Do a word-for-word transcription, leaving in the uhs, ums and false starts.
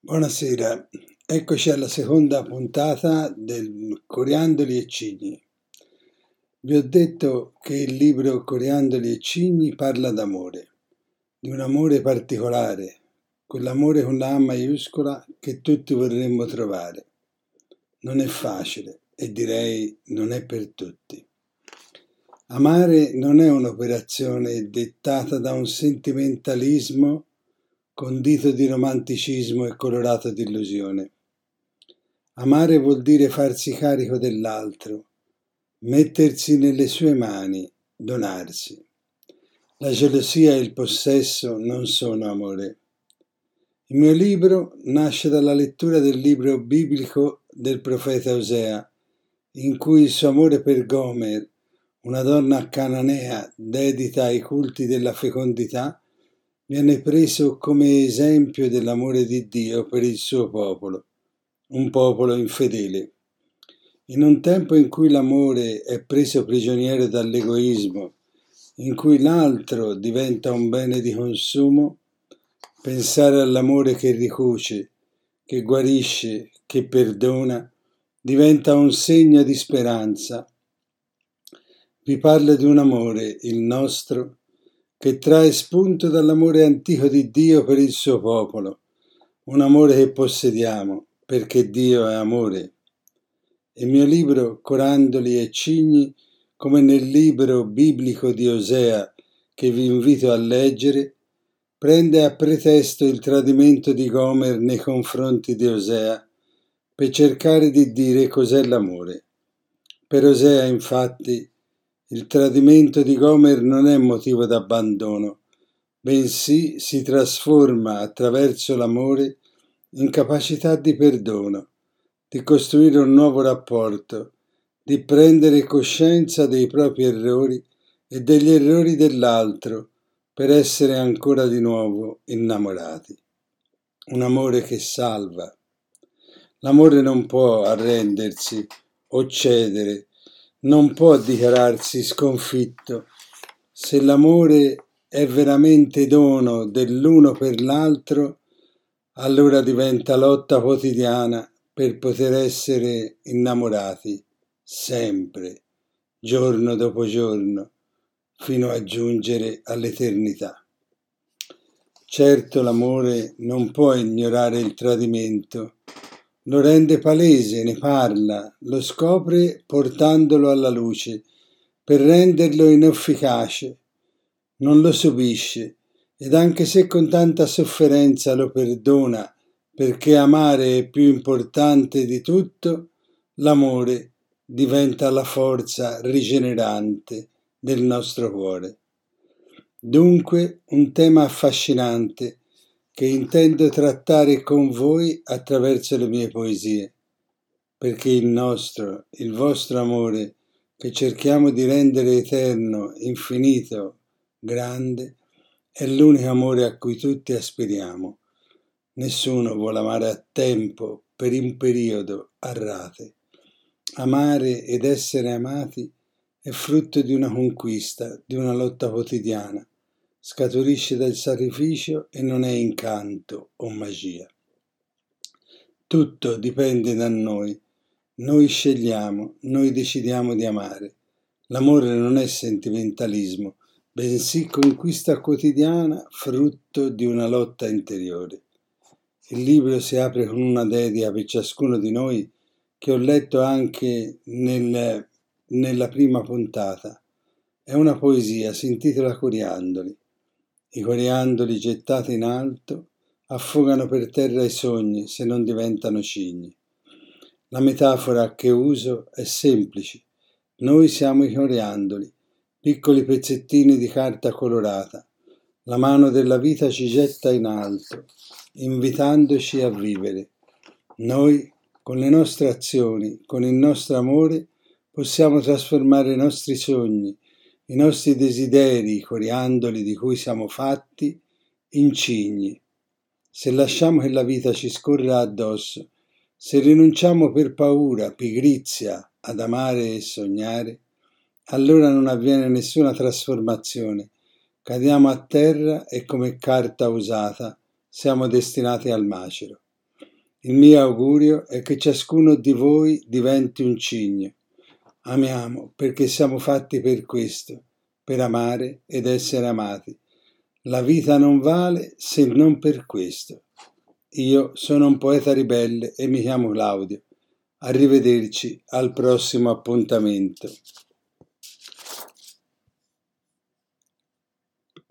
Buonasera, eccoci alla seconda puntata del Coriandoli e Cigni. Vi ho detto che il libro Coriandoli e Cigni parla d'amore, di un amore particolare, quell'amore con la A maiuscola che tutti vorremmo trovare. Non è facile e direi non è per tutti. Amare non è un'operazione dettata da un sentimentalismo condito di romanticismo e colorato di illusione. Amare vuol dire farsi carico dell'altro, mettersi nelle sue mani, donarsi. La gelosia e il possesso non sono amore. Il mio libro nasce dalla lettura del libro biblico del profeta Osea, in cui il suo amore per Gomer, una donna cananea dedita ai culti della fecondità, viene preso come esempio dell'amore di Dio per il suo popolo, un popolo infedele. In un tempo in cui l'amore è preso prigioniero dall'egoismo, in cui l'altro diventa un bene di consumo, pensare all'amore che ricuce, che guarisce, che perdona, diventa un segno di speranza. Vi parlo di un amore, il nostro, che trae spunto dall'amore antico di Dio per il suo popolo, un amore che possediamo, perché Dio è amore. Il mio libro, Corandoli e Cigni, come nel libro biblico di Osea, che vi invito a leggere, prende a pretesto il tradimento di Gomer nei confronti di Osea, per cercare di dire cos'è l'amore. Per Osea, infatti, il tradimento di Gomer non è motivo d'abbandono, bensì si trasforma attraverso l'amore in capacità di perdono, di costruire un nuovo rapporto, di prendere coscienza dei propri errori e degli errori dell'altro per essere ancora di nuovo innamorati. Un amore che salva. L'amore non può arrendersi o cedere, non può dichiararsi sconfitto. Se l'amore è veramente dono dell'uno per l'altro, allora diventa lotta quotidiana per poter essere innamorati sempre, giorno dopo giorno, fino a giungere all'eternità. Certo, l'amore non può ignorare il tradimento, lo rende palese, ne parla, lo scopre portandolo alla luce, per renderlo inefficace. Non lo subisce, ed anche se con tanta sofferenza lo perdona, perché amare è più importante di tutto, l'amore diventa la forza rigenerante del nostro cuore. Dunque, un tema affascinante che intendo trattare con voi attraverso le mie poesie, perché il nostro, il vostro amore, che cerchiamo di rendere eterno, infinito, grande, è l'unico amore a cui tutti aspiriamo. Nessuno vuole amare a tempo, per un periodo, a rate. Amare ed essere amati è frutto di una conquista, di una lotta quotidiana. Scaturisce dal sacrificio e non è incanto o magia. Tutto dipende da noi. Noi scegliamo, noi decidiamo di amare. L'amore non è sentimentalismo, bensì conquista quotidiana frutto di una lotta interiore. Il libro si apre con una dedica per ciascuno di noi che ho letto anche nel, nella prima puntata. È una poesia, si intitola Coriandoli. I coriandoli gettati in alto affogano per terra i sogni se non diventano cigni. La metafora che uso è semplice. Noi siamo i coriandoli, piccoli pezzettini di carta colorata. La mano della vita ci getta in alto, invitandoci a vivere. Noi, con le nostre azioni, con il nostro amore, possiamo trasformare i nostri sogni, i nostri desideri, i coriandoli di cui siamo fatti, in cigni. Se lasciamo che la vita ci scorra addosso, se rinunciamo per paura, pigrizia, ad amare e sognare, allora non avviene nessuna trasformazione. Cadiamo a terra e come carta usata siamo destinati al macero. Il mio augurio è che ciascuno di voi diventi un cigno. Amiamo perché siamo fatti per questo, per amare ed essere amati. La vita non vale se non per questo. Io sono un poeta ribelle e mi chiamo Claudio. Arrivederci al prossimo appuntamento.